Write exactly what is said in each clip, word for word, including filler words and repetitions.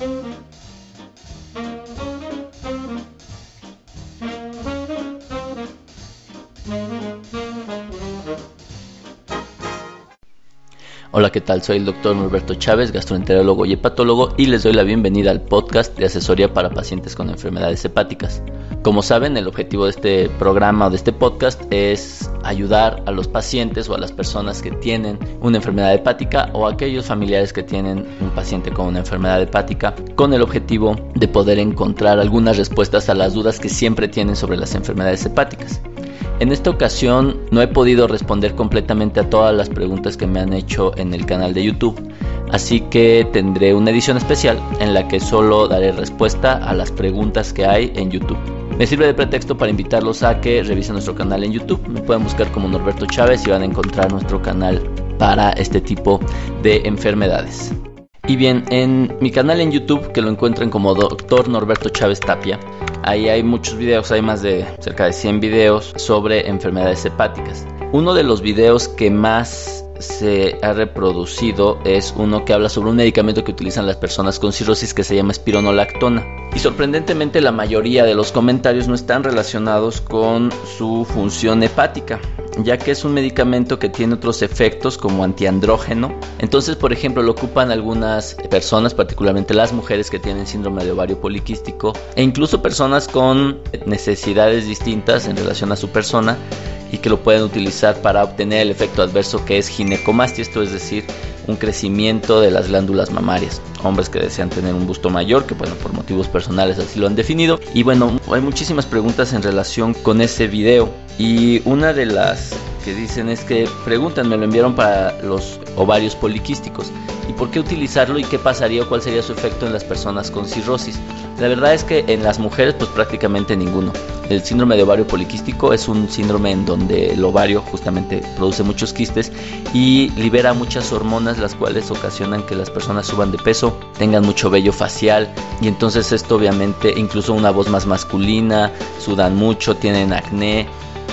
Hola, ¿qué tal? Soy el doctor Norberto Chávez, gastroenterólogo y hepatólogo, y les doy la bienvenida al podcast de asesoría para pacientes con enfermedades hepáticas. Como saben, el objetivo de este programa o de este podcast es ayudar a los pacientes o a las personas que tienen una enfermedad hepática o a aquellos familiares que tienen un paciente con una enfermedad hepática, con el objetivo de poder encontrar algunas respuestas a las dudas que siempre tienen sobre las enfermedades hepáticas. En esta ocasión no he podido responder completamente a todas las preguntas que me han hecho en el canal de YouTube, así que tendré una edición especial en la que solo daré respuesta a las preguntas que hay en YouTube. Me sirve de pretexto para invitarlos a que revisen nuestro canal en YouTube. Me pueden buscar como Norberto Chávez y van a encontrar nuestro canal para este tipo de enfermedades. Y bien, en mi canal en YouTube, que lo encuentran como doctor Norberto Chávez Tapia, ahí hay muchos videos, hay más de cerca de cien videos sobre enfermedades hepáticas. Uno de los videos que más se ha reproducido es uno que habla sobre un medicamento que utilizan las personas con cirrosis que se llama espironolactona. Y sorprendentemente la mayoría de los comentarios no están relacionados con su función hepática, ya que es un medicamento que tiene otros efectos como antiandrógeno. Entonces, por ejemplo, lo ocupan algunas personas, particularmente las mujeres que tienen síndrome de ovario poliquístico, e incluso personas con necesidades distintas en relación a su persona, y que lo pueden utilizar para obtener el efecto adverso que es ginecomastia, esto es decir, un crecimiento de las glándulas mamarias. Hombres que desean tener un busto mayor, que bueno, por motivos personales así lo han definido. Y bueno, hay muchísimas preguntas en relación con ese video, y una de las que dicen es que preguntan, me lo enviaron para los ovarios poliquísticos, y por qué utilizarlo y qué pasaría o cuál sería su efecto en las personas con cirrosis. La verdad es que en las mujeres pues prácticamente ninguno. El síndrome de ovario poliquístico es un síndrome en donde el ovario justamente produce muchos quistes y libera muchas hormonas, las cuales ocasionan que las personas suban de peso, tengan mucho vello facial, y entonces esto obviamente incluso una voz más masculina, sudan mucho, tienen acné,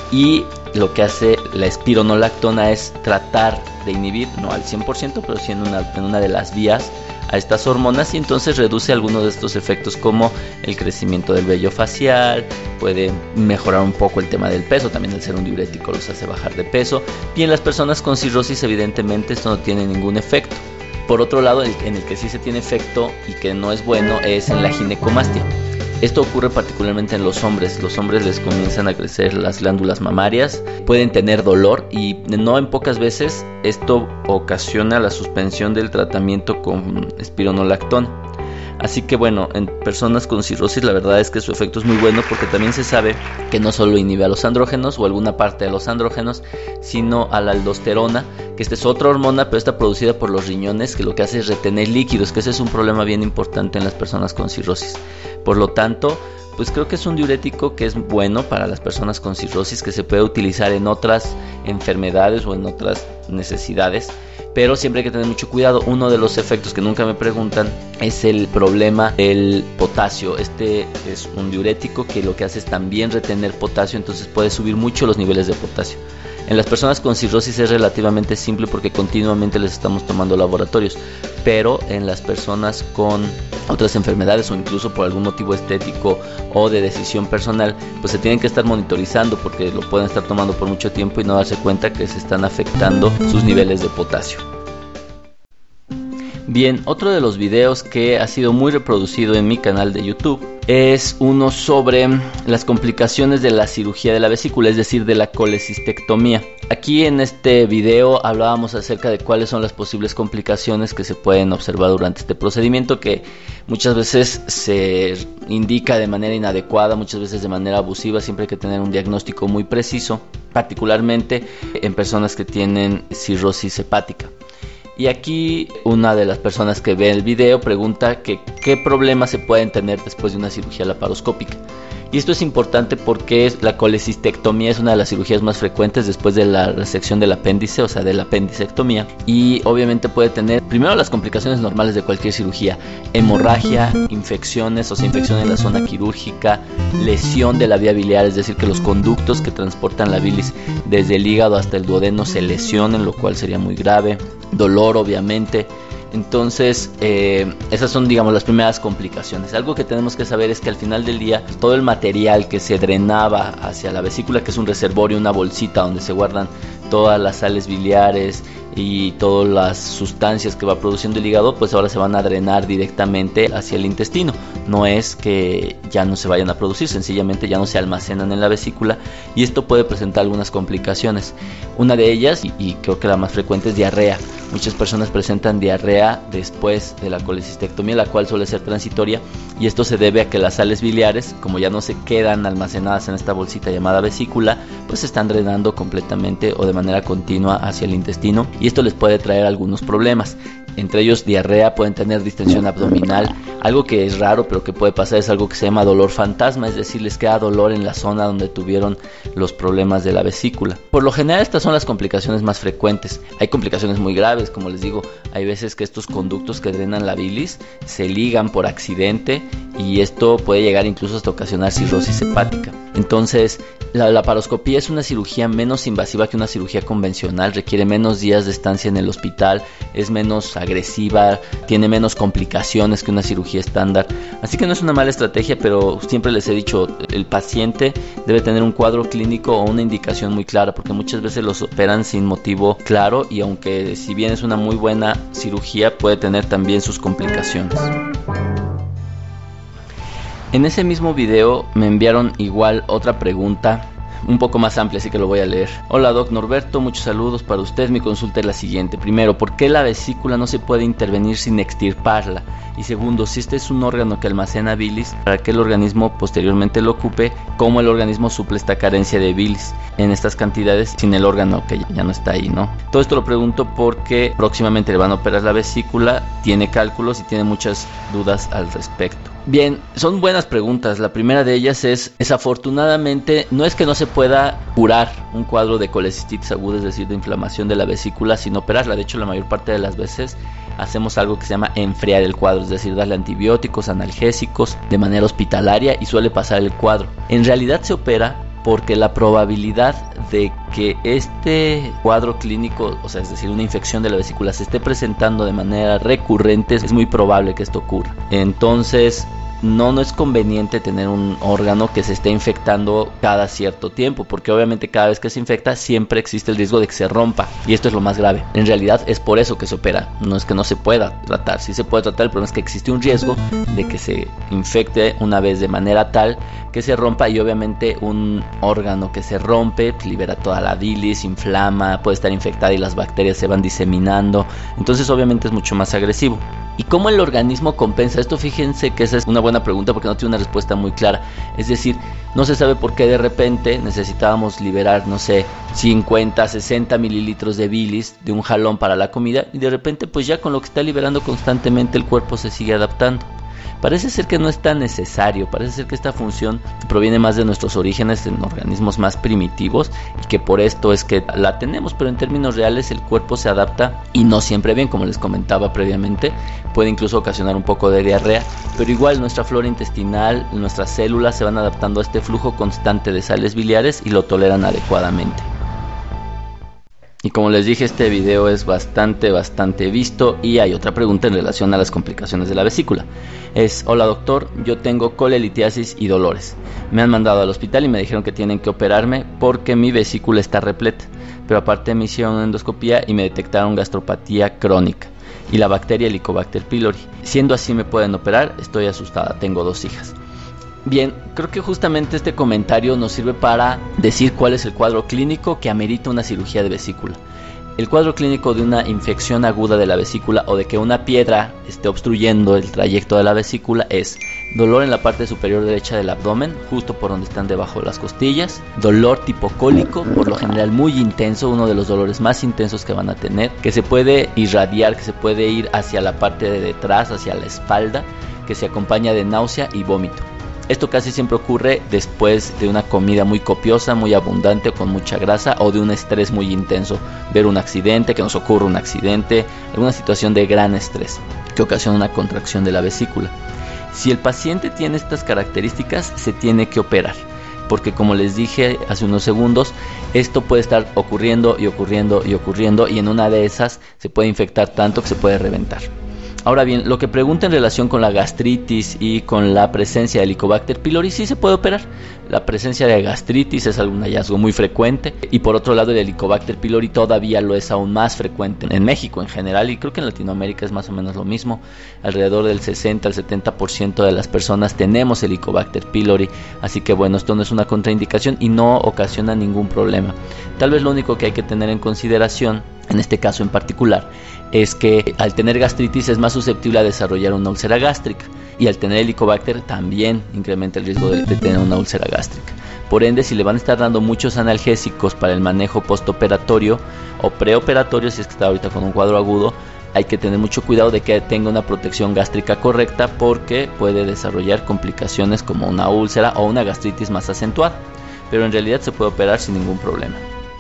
y lo que hace la espironolactona es tratar de inhibir, no al cien por ciento, pero sí en una, en una de las vías a estas hormonas, y entonces reduce algunos de estos efectos como el crecimiento del vello facial, puede mejorar un poco el tema del peso, también el ser un diurético los hace bajar de peso, y en las personas con cirrosis evidentemente esto no tiene ningún efecto. Por otro lado, el, en el que sí se tiene efecto y que no es bueno es en la ginecomastia. Esto ocurre particularmente en los hombres. Los hombres les comienzan a crecer las glándulas mamarias, pueden tener dolor, y no en pocas veces esto ocasiona la suspensión del tratamiento con espironolactona. Así que bueno, en personas con cirrosis la verdad es que su efecto es muy bueno, porque también se sabe que no solo inhibe a los andrógenos o alguna parte de los andrógenos, sino a la aldosterona, que esta es otra hormona, pero está producida por los riñones, que lo que hace es retener líquidos, que ese es un problema bien importante en las personas con cirrosis. Por lo tanto, pues creo que es un diurético que es bueno para las personas con cirrosis, que se puede utilizar en otras enfermedades o en otras necesidades, pero siempre hay que tener mucho cuidado. Uno de los efectos que nunca me preguntan es el problema del potasio. Este es un diurético que lo que hace es también retener potasio, entonces puede subir mucho los niveles de potasio. En las personas con cirrosis es relativamente simple porque continuamente les estamos tomando laboratorios, pero en las personas con otras enfermedades o incluso por algún motivo estético o de decisión personal, pues se tienen que estar monitorizando, porque lo pueden estar tomando por mucho tiempo y no darse cuenta que se están afectando sus niveles de potasio. Bien, otro de los videos que ha sido muy reproducido en mi canal de YouTube es uno sobre las complicaciones de la cirugía de la vesícula, es decir, de la colecistectomía. Aquí en este video hablábamos acerca de cuáles son las posibles complicaciones que se pueden observar durante este procedimiento, que muchas veces se indica de manera inadecuada, muchas veces de manera abusiva. Siempre hay que tener un diagnóstico muy preciso, particularmente en personas que tienen cirrosis hepática. Y aquí una de las personas que ve el video pregunta que qué problemas se pueden tener después de una cirugía laparoscópica. Y esto es importante porque la colecistectomía es una de las cirugías más frecuentes después de la resección del apéndice, o sea, de la apendicectomía. Y obviamente puede tener primero las complicaciones normales de cualquier cirugía: hemorragia, infecciones, o sea, infección en la zona quirúrgica, lesión de la vía biliar, es decir, que los conductos que transportan la bilis desde el hígado hasta el duodeno se lesionen, lo cual sería muy grave. Dolor, obviamente. Entonces eh, esas son, digamos, las primeras complicaciones. Algo que tenemos que saber es que al final del día todo el material que se drenaba hacia la vesícula, que es un reservorio, una bolsita donde se guardan todas las sales biliares y todas las sustancias que va produciendo el hígado, pues ahora se van a drenar directamente hacia el intestino. No es que ya no se vayan a producir, sencillamente ya no se almacenan en la vesícula, y esto puede presentar algunas complicaciones. Una de ellas, y, y creo que la más frecuente, es diarrea. Muchas personas presentan diarrea después de la colecistectomía, la cual suele ser transitoria, y esto se debe a que las sales biliares, como ya no se quedan almacenadas en esta bolsita llamada vesícula, pues se están drenando completamente o de manera continua hacia el intestino, y esto les puede traer algunos problemas. Entre ellos diarrea, pueden tener distensión abdominal. Algo que es raro pero que puede pasar es algo que se llama dolor fantasma, es decir, les queda dolor en la zona donde tuvieron los problemas de la vesícula. Por lo general estas son las complicaciones más frecuentes. Hay complicaciones muy graves, como les digo, hay veces que estos conductos que drenan la bilis se ligan por accidente y esto puede llegar incluso hasta ocasionar cirrosis hepática. Entonces la laparoscopía es una cirugía menos invasiva que una cirugía convencional, requiere menos días de estancia en el hospital, es menos agresiva, tiene menos complicaciones que una cirugía estándar, así que no es una mala estrategia, pero siempre les he dicho, el paciente debe tener un cuadro clínico o una indicación muy clara, porque muchas veces los operan sin motivo claro, y aunque si bien es una muy buena cirugía, puede tener también sus complicaciones. En ese mismo video me enviaron igual otra pregunta un poco más amplia, así que lo voy a leer. Hola Doc Norberto, muchos saludos para usted. Mi consulta es la siguiente. Primero, ¿por qué la vesícula no se puede intervenir sin extirparla? Y segundo, si este es un órgano que almacena bilis, para que el organismo posteriormente lo ocupe, ¿cómo el organismo suple esta carencia de bilis en estas cantidades sin el órgano que ya no está ahí, ¿no? Todo esto lo pregunto porque próximamente le van a operar la vesícula, tiene cálculos y tiene muchas dudas al respecto. Bien, son buenas preguntas. La primera de ellas es, desafortunadamente, no es que no se pueda curar un cuadro de colecistitis aguda, es decir, de inflamación de la vesícula, sin operarla. De hecho, la mayor parte de las veces hacemos algo que se llama enfriar el cuadro, es decir, darle antibióticos, analgésicos de manera hospitalaria, y suele pasar el cuadro. En realidad se opera porque la probabilidad de que este cuadro clínico, o sea, es decir, una infección de la vesícula, se esté presentando de manera recurrente, es muy probable que esto ocurra. Entonces, no, no es conveniente tener un órgano que se esté infectando cada cierto tiempo, porque obviamente cada vez que se infecta siempre existe el riesgo de que se rompa, y esto es lo más grave. En realidad es por eso que se opera, no es que no se pueda tratar, sí se puede tratar, el problema es que existe un riesgo de que se infecte una vez de manera tal que se rompa, y obviamente un órgano que se rompe libera toda la bilis, inflama, puede estar infectada y las bacterias se van diseminando, entonces obviamente es mucho más agresivo. ¿Y cómo el organismo compensa esto? Fíjense que esa es una buena pregunta porque no tiene una respuesta muy clara. Es decir, no se sabe por qué de repente necesitábamos liberar, no sé, cincuenta, sesenta mililitros de bilis de un jalón para la comida, y de repente pues ya con lo que está liberando constantemente el cuerpo se sigue adaptando. Parece ser que no es tan necesario, parece ser que esta función proviene más de nuestros orígenes en organismos más primitivos y que por esto es que la tenemos, pero en términos reales el cuerpo se adapta y no siempre bien, como les comentaba previamente, puede incluso ocasionar un poco de diarrea, pero igual nuestra flora intestinal, nuestras células se van adaptando a este flujo constante de sales biliares y lo toleran adecuadamente. Y como les dije, este video es bastante, bastante visto, y hay otra pregunta en relación a las complicaciones de la vesícula. Es, hola doctor, yo tengo colelitiasis y dolores. Me han mandado al hospital y me dijeron que tienen que operarme porque mi vesícula está repleta. Pero aparte me hicieron una endoscopía y me detectaron gastropatía crónica y la bacteria Helicobacter pylori. Siendo así, ¿me pueden operar? Estoy asustada, tengo dos hijas. Bien, creo que justamente este comentario nos sirve para decir cuál es el cuadro clínico que amerita una cirugía de vesícula. El cuadro clínico de una infección aguda de la vesícula o de que una piedra esté obstruyendo el trayecto de la vesícula es dolor en la parte superior derecha del abdomen, justo por donde están debajo de las costillas, dolor tipo cólico, por lo general muy intenso, uno de los dolores más intensos que van a tener, que se puede irradiar, que se puede ir hacia la parte de detrás, hacia la espalda, que se acompaña de náusea y vómito. Esto casi siempre ocurre después de una comida muy copiosa, muy abundante, con mucha grasa, o de un estrés muy intenso, ver un accidente, que nos ocurra un accidente, alguna situación de gran estrés que ocasiona una contracción de la vesícula. Si el paciente tiene estas características, se tiene que operar, porque como les dije hace unos segundos, esto puede estar ocurriendo y ocurriendo y ocurriendo, y en una de esas se puede infectar tanto que se puede reventar. Ahora bien, lo que pregunta en relación con la gastritis y con la presencia de Helicobacter pylori, sí se puede operar. La presencia de gastritis es algún hallazgo muy frecuente, y por otro lado el Helicobacter pylori todavía lo es aún más frecuente en México en general, y creo que en Latinoamérica es más o menos lo mismo. Alrededor del sesenta al setenta por ciento de las personas tenemos Helicobacter pylori, así que bueno, esto no es una contraindicación y no ocasiona ningún problema. Tal vez lo único que hay que tener en consideración en este caso en particular es que al tener gastritis es más susceptible a desarrollar una úlcera gástrica, y al tener Helicobacter también incrementa el riesgo de, de tener una úlcera gástrica. Por ende, si le van a estar dando muchos analgésicos para el manejo postoperatorio o preoperatorio, si es que está ahorita con un cuadro agudo, hay que tener mucho cuidado de que tenga una protección gástrica correcta, porque puede desarrollar complicaciones como una úlcera o una gastritis más acentuada, pero en realidad se puede operar sin ningún problema.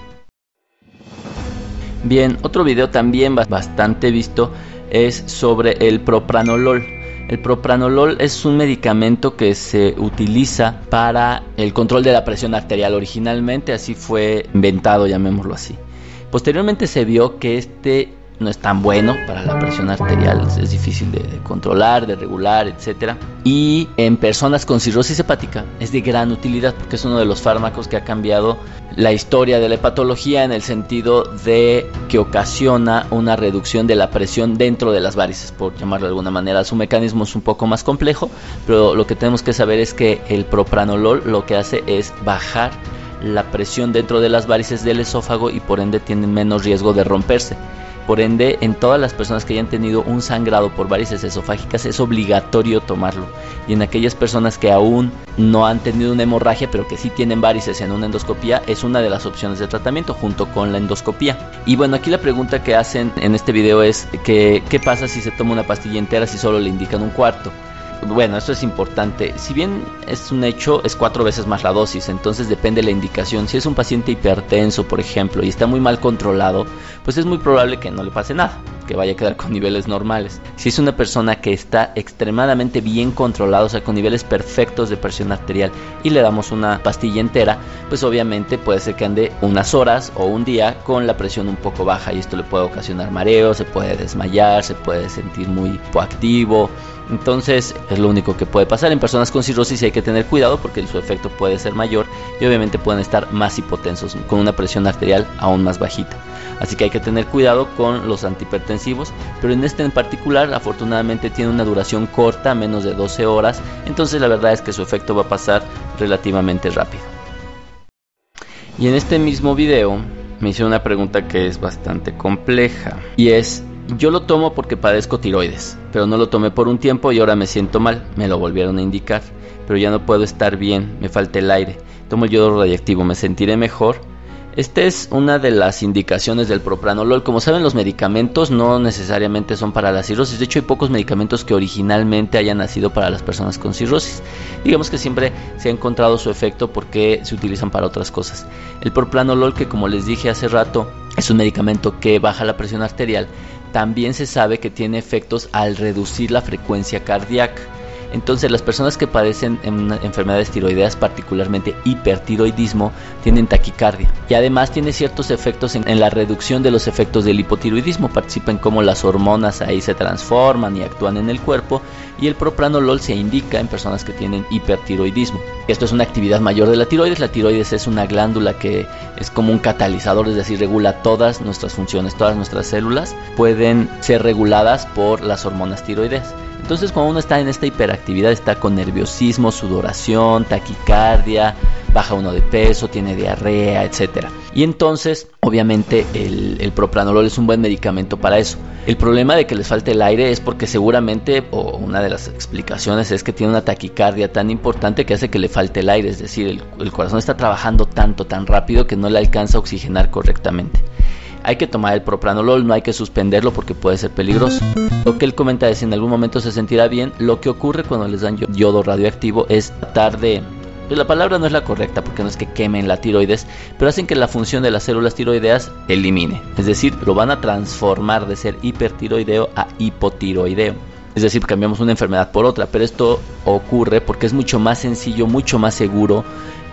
Bien, otro video también bastante visto es sobre el propranolol. El propranolol es un medicamento que se utiliza para el control de la presión arterial. Originalmente así fue inventado, llamémoslo así. Posteriormente se vio que este no es tan bueno para la presión arterial, es difícil de, de controlar, de regular, etcétera. Y en personas con cirrosis hepática es de gran utilidad, porque es uno de los fármacos que ha cambiado la historia de la hepatología, en el sentido de que ocasiona una reducción de la presión dentro de las varices, por llamarlo de alguna manera. Su mecanismo es un poco más complejo, pero lo que tenemos que saber es que el propranolol lo que hace es bajar la presión dentro de las varices del esófago, y por ende tienen menos riesgo de romperse. Por ende, en todas las personas que hayan tenido un sangrado por varices esofágicas es obligatorio tomarlo. Y en aquellas personas que aún no han tenido una hemorragia, pero que sí tienen varices en una endoscopía, es una de las opciones de tratamiento junto con la endoscopía. Y bueno, aquí la pregunta que hacen en este video es que ¿qué pasa si se toma una pastilla entera si solo le indican un cuarto? Bueno, esto es importante. Si bien es un hecho, es cuatro veces más la dosis, entonces depende de la indicación. Si es un paciente hipertenso, por ejemplo, y está muy mal controlado, pues es muy probable que no le pase nada, que vaya a quedar con niveles normales. Si es una persona que está extremadamente bien controlada, o sea, con niveles perfectos de presión arterial, y le damos una pastilla entera, pues obviamente puede ser que ande unas horas o un día con la presión un poco baja, y esto le puede ocasionar mareo, se puede desmayar, se puede sentir muy hipoactivo. Entonces es lo único que puede pasar. En personas con cirrosis hay que tener cuidado, porque su efecto puede ser mayor y obviamente pueden estar más hipotensos, con una presión arterial aún más bajita. Así que hay que tener cuidado con los antihipertensivos, pero en este en particular afortunadamente tiene una duración corta, menos de doce horas, entonces la verdad es que su efecto va a pasar relativamente rápido. Y en este mismo video me hicieron una pregunta que es bastante compleja, y es: yo lo tomo porque padezco tiroides, pero no lo tomé por un tiempo y ahora me siento mal, me lo volvieron a indicar, pero ya no puedo estar bien, me falta el aire, tomo el yodo radiactivo, ¿me sentiré mejor? Esta es una de las indicaciones del propranolol. Como saben, los medicamentos no necesariamente son para la cirrosis. De hecho, hay pocos medicamentos que originalmente hayan nacido para las personas con cirrosis. Digamos que siempre se ha encontrado su efecto porque se utilizan para otras cosas. El propranolol, que como les dije hace rato, es un medicamento que baja la presión arterial, también se sabe que tiene efectos al reducir la frecuencia cardíaca. Entonces las personas que padecen en enfermedades tiroideas, particularmente hipertiroidismo, tienen taquicardia, y además tiene ciertos efectos en, en la reducción de los efectos del hipotiroidismo. Participa en cómo las hormonas ahí se transforman y actúan en el cuerpo, y el propranolol se indica en personas que tienen hipertiroidismo. Esto es una actividad mayor de la tiroides. La tiroides es una glándula que es como un catalizador, es decir, regula todas nuestras funciones, todas nuestras células pueden ser reguladas por las hormonas tiroideas. Entonces, cuando uno está en esta hiperactividad, está con nerviosismo, sudoración, taquicardia, baja uno de peso, tiene diarrea, etcétera. Y entonces, obviamente, el, el propranolol es un buen medicamento para eso. El problema de que les falte el aire es porque seguramente, o una de las explicaciones es que tiene una taquicardia tan importante que hace que le falte el aire. Es decir, el, el corazón está trabajando tanto, tan rápido que no le alcanza a oxigenar correctamente. Hay que tomar el propranolol, no hay que suspenderlo porque puede ser peligroso. Lo que él comenta es: en algún momento se sentirá bien. Lo que ocurre cuando les dan yodo radioactivo es tratar de... Pues la palabra no es la correcta, porque no es que quemen la tiroides, pero hacen que la función de las células tiroideas elimine. Es decir, lo van a transformar de ser hipertiroideo a hipotiroideo. Es decir, cambiamos una enfermedad por otra, pero esto ocurre porque es mucho más sencillo, mucho más seguro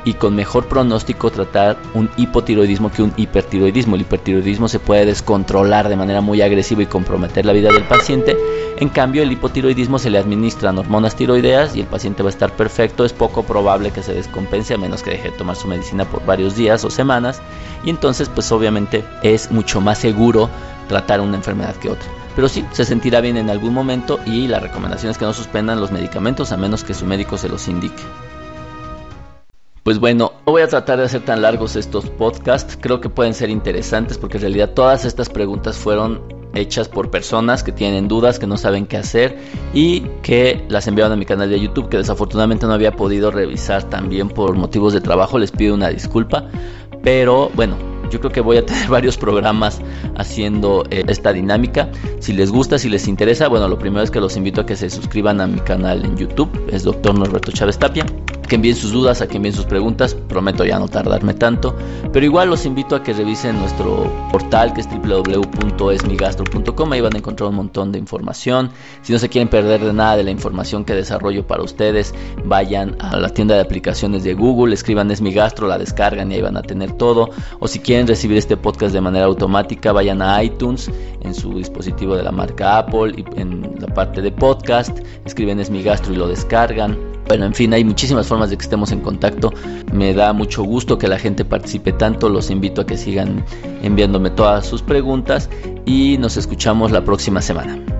y con mejor pronóstico tratar un hipotiroidismo que un hipertiroidismo. El hipertiroidismo se puede descontrolar de manera muy agresiva y comprometer la vida del paciente. En cambio, el hipotiroidismo se le administran hormonas tiroideas y el paciente va a estar perfecto. Es poco probable que se descompense a menos que deje de tomar su medicina por varios días o semanas, y entonces pues obviamente es mucho más seguro tratar una enfermedad que otra. Pero sí, se sentirá bien en algún momento y la recomendación es que no suspendan los medicamentos a menos que su médico se los indique. Pues bueno, no voy a tratar de hacer tan largos estos podcasts, creo que pueden ser interesantes porque en realidad todas estas preguntas fueron hechas por personas que tienen dudas, que no saben qué hacer y que las enviaron a mi canal de YouTube, que desafortunadamente no había podido revisar también por motivos de trabajo. Les pido una disculpa, pero bueno, yo creo que voy a tener varios programas haciendo eh, esta dinámica. Si les gusta, si les interesa, bueno, lo primero es que los invito a que se suscriban a mi canal en YouTube, es doctor Norberto Chávez Tapia. Que envíen sus dudas, a que envíen sus preguntas, prometo ya no tardarme tanto, pero igual los invito a que revisen nuestro portal que es doble u doble u doble u punto es mi gastro punto com, ahí van a encontrar un montón de información. Si no se quieren perder de nada de la información que desarrollo para ustedes, vayan a la tienda de aplicaciones de Google, escriban Es Mi Gastro, la descargan y ahí van a tener todo. O si quieren recibir este podcast de manera automática, vayan a iTunes en su dispositivo de la marca Apple y en la parte de podcast, escriben Es Mi Gastro y lo descargan. Bueno, en fin, hay muchísimas formas de que estemos en contacto. Me da mucho gusto que la gente participe tanto. Los invito a que sigan enviándome todas sus preguntas y nos escuchamos la próxima semana.